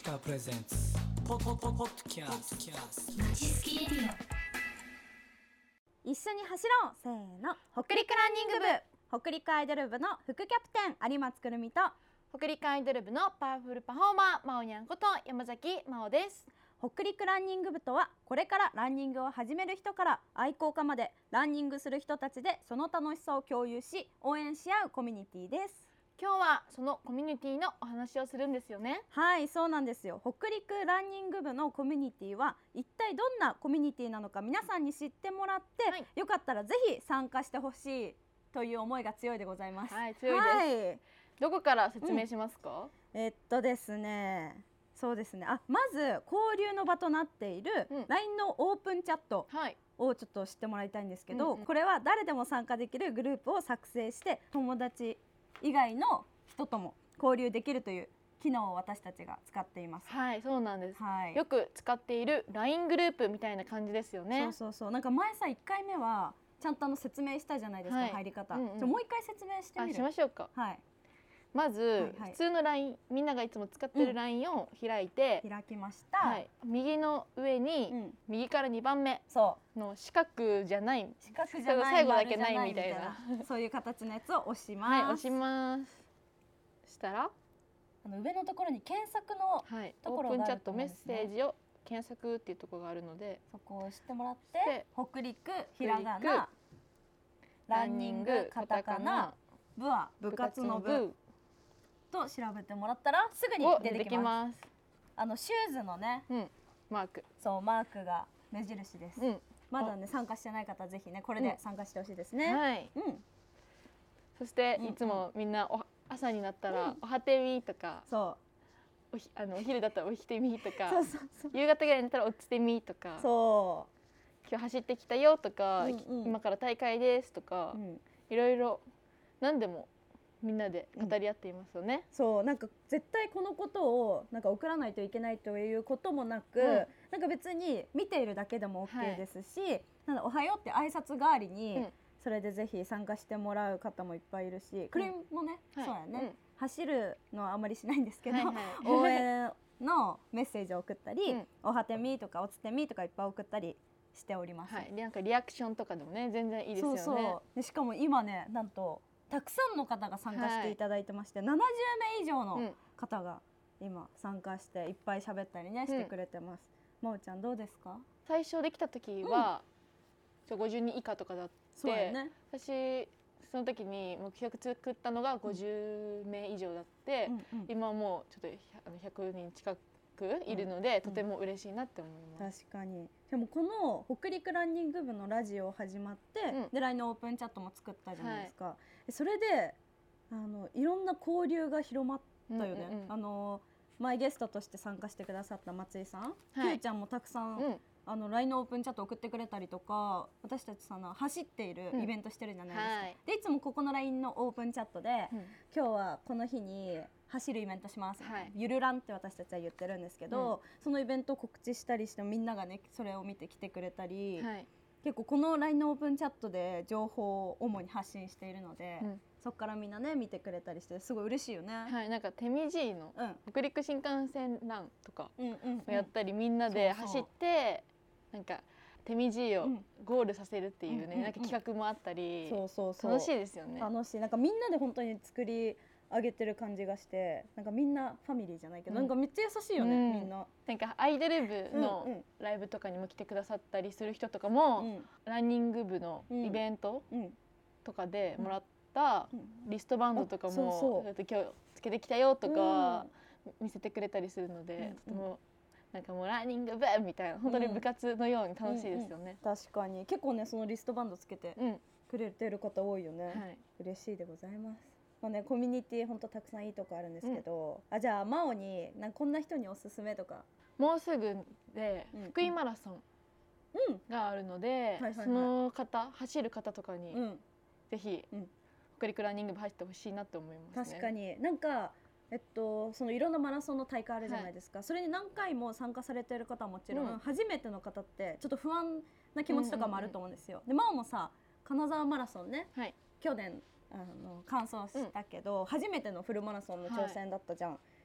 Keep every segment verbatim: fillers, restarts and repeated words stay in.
カプレゼンツポポポポッドキャストまちすきレディオ。一緒に走ろうせーの、北陸ランニング部、北陸アイドル部の副キャプテン有松くるみと、 北陸アイドル部のパワフルパフォーマーまおにゃんこと山崎まおです。 北陸ランニング部とは、これからランニングを始める人から愛好家までランニングする人たちでその楽しさを共有し応援し合うコミュニティです。 今日はそのコミュニティのお話をするんですよね。 はい、そうなんですよ。北陸ランニング部のコミュニティは一体どんなコミュニティなのか皆さんに知ってもらって、はい、よかったらぜひ参加してほしいという思いが強いでございます。 はい、強いです、はい、どこから説明しますか？ うん、えっとですねそうですねあまず交流の場となっている ライン のオープンチャットをちょっと知ってもらいたいんですけど、うんうん、これは誰でも参加できるグループを作成して友達以外の人とも交流できるという機能を私たちが使っています。 はい、そうなんです、はい、よく使っている ライン グループみたいな感じですよね。 そうそうそう、なんか前さいっかいめはちゃんとあの説明したじゃないですか、はい、入り方、うんうん、じゃもう一回説明してみる？ あ、しましょうか。はい、まず、はいはい、普通の ライン、みんながいつも使ってる ライン を開いて、 うん、開きました、 はい、右の上に、うん、右からにばんめの四角じゃない、 四角じゃない、 最後だけないみたいなそういう形のやつを押します。 はい、押します。したらあの上のところに検索のところがあると思うんですね。オープンチャットメッセージを検索っていうところがあるので、 そこを押してもらって、北陸ひらがな、ランニングカタカナ、部は部活の部と調べてもらったらすぐに出てきます。あのシューズのね、うん、 マーク、 そうマークが目印です、うん、まだね参加してない方はぜひねこれで参加してほしいですね、うん、はい、うん、 そしていつもみんなお朝になったら、うん、おはてみとか、そうおひあのお昼だったらおひてみとか、そうそうそう、夕方ぐらいになったらおつてみとか、そう今日走ってきたよとか、うんうん、今から大会ですとか、うん、いろいろ何でもみんなで語り合っていますよね、うん、 そうなんか絶対このことをなんか送らないといけないということもなく、うん、なんか別に見ているだけでも OK ですし、はい、なんだおはようって挨拶代わりに、うん、それでぜひ参加してもらう方もいっぱいいるし、クリームもね、うん、そうやね、はい、走るのはあんまりしないんですけど、はいはい、応援のメッセージを送ったり、うん、おはてみとかおつてみとかいっぱい送ったりしております、はい、 なんかリアクションとかでもね全然いいですよね。 そうそうでしかも今ねなんとたくさんの方が参加していただいてまして、はい、ななじゅうめい以上の方が今参加していっぱい喋ったりね、うん、してくれてます。まおちゃんどうですか？ 最初できた時は、うん、ごじゅうにん以下とかだって、そうやね、私その時に目標作ったのがごじゅうめい以上だって、うんうん、今はもうちょっとひゃくにん近くいるので、うん、とても嬉しいなって思います。 確かに。でもこの北陸ランニング部のラジオ始まって、うん、で ライン のオープンチャットも作ったじゃないですか、はい、それであのいろんな交流が広まったよね、うんうんうん、あの前ゲストとして参加してくださった松井さん、きゅうちゃんもたくさん、うん、あの ライン のオープンチャット送ってくれたりとか、私たちさ走っているイベントしてるじゃないですか、うんはい、でいつもここの ライン のオープンチャットで、うん、今日はこの日に走るイベントします、はい、ゆるランって私たちは言ってるんですけど、うん、そのイベントを告知したりしてみんながねそれを見て来てくれたり、はい、結構この ライン のオープンチャットで情報を主に発信しているので、うん、そこからみんなね見てくれたりしてすごい嬉しいよね。 はい、なんかテミジーの北陸新幹線ランとかをやったり、うんうんうん、みんなで走ってなんかテミジーをゴールさせるっていうね、うんうんうん、なんか企画もあったり、そうそうそう、楽しいですよね。 楽しい。なんかみんなで本当に作り上げてる感じがして、なんかみんなファミリーじゃないけど、うん、なんかめっちゃ優しいよね、うん、みんな。 なんかアイドル部のライブとかにも来てくださったりする人とかも、うん、ランニング部のイベントとかでもらったリストバンドとかも、うんうん、そうそう今日つけてきたよとか見せてくれたりするので、うん、とてもなんかもうランニング部みたいな本当に部活のように楽しいですよね、うんうんうん、 確かに結構ねそのリストバンドつけてくれてる方多いよね、はい、嬉しいでございます。まあね、コミュニティ本当たくさんいいとこあるんですけど、うん、あじゃあ真央になんかこんな人におすすめとか。 もうすぐで福井マラソンがあるので、うんはいはいはい、その方走る方とかに、うん、ぜひ、うん、北陸ランニング部走ってほしいなって思いますね。 確かになんかえっと、そのいろんなマラソンの大会あるじゃないですか、はい、それに何回も参加されている方はもちろん、うん、初めての方ってちょっと不安な気持ちとかもあると思うんですよ、うんうんうん、で真央もさ金沢マラソンね、はい、去年あの完走したけど、うん、初めてのフルマラソンの挑戦だったじゃん、はい、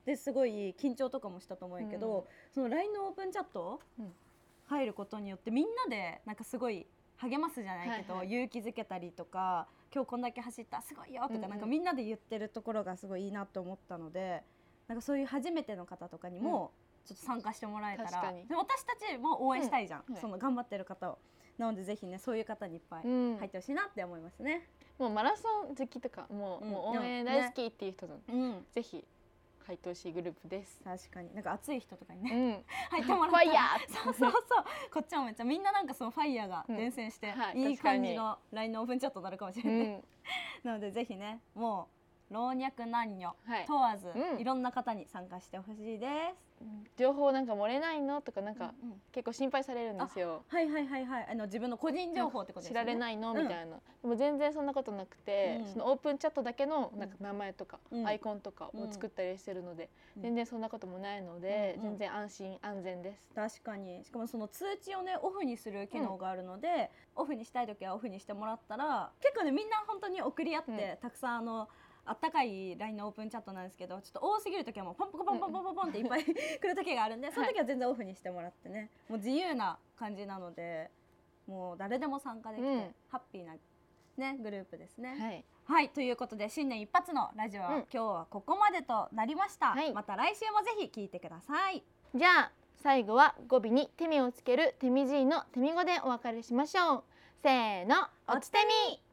ですごい緊張とかもしたと思うんやけど、うん、その ライン のオープンチャット入ることによってみんなでなんかすごい励ますじゃないけど、はいはい、勇気づけたりとか今日こんだけ走ったすごいよとか、うんうん、なんかみんなで言ってるところがすごいいいなと思ったので、なんかそういう初めての方とかにもちょっと参加してもらえたら、うん、で私たちも応援したいじゃん、うんはい、その頑張ってる方を。なのでぜひねそういう方にいっぱい入ってほしいなって思いますね、 うん、もうマラソン好きとかもう、うん、もう応援大好きっていう人の、ね、ぜひ入ってほしいグループです。 確かになんか熱い人とかにね、うん、入ってもらったらファイヤーそうそうそうこっちもめっちゃみんななんかそのファイヤーが伝染して、うんはい、いい感じの ライン のオープンチャットになるかもしれない、うん、なのでぜひねもう老若男女問わず、はいうん、いろんな方に参加してほしいです。 情報なんか漏れないのとかなんか、うんうん、結構心配されるんですよ。 はいはいはいはい、あの自分の個人情報ってことですね。 知られないのみたいな、うん、でも全然そんなことなくて、うん、そのオープンチャットだけのなんか名前とか、うん、アイコンとかを作ったりしてるので、うん、全然そんなこともないので、うん、全然安心安全です。 確かに。しかもその通知をねオフにする機能があるので、うん、オフにしたい時はオフにしてもらったら結構ねみんな本当に送り合って、うん、たくさんあのあったかい ライン のオープンチャットなんですけど、ちょっと多すぎる時はもうポンポンポンポンポンポンっていっぱい来る時があるんで、その時は全然オフにしてもらってね、もう自由な感じなのでもう誰でも参加できて、うん、ハッピーな、ね、グループですね。はい、はい、ということで新年一発のラジオは、うん、今日はここまでとなりました、はい、また来週もぜひ聞いてください。 じゃあ最後は語尾にテミをつけるテミジーのテミ語でお別れしましょう。せーの、おつてみ。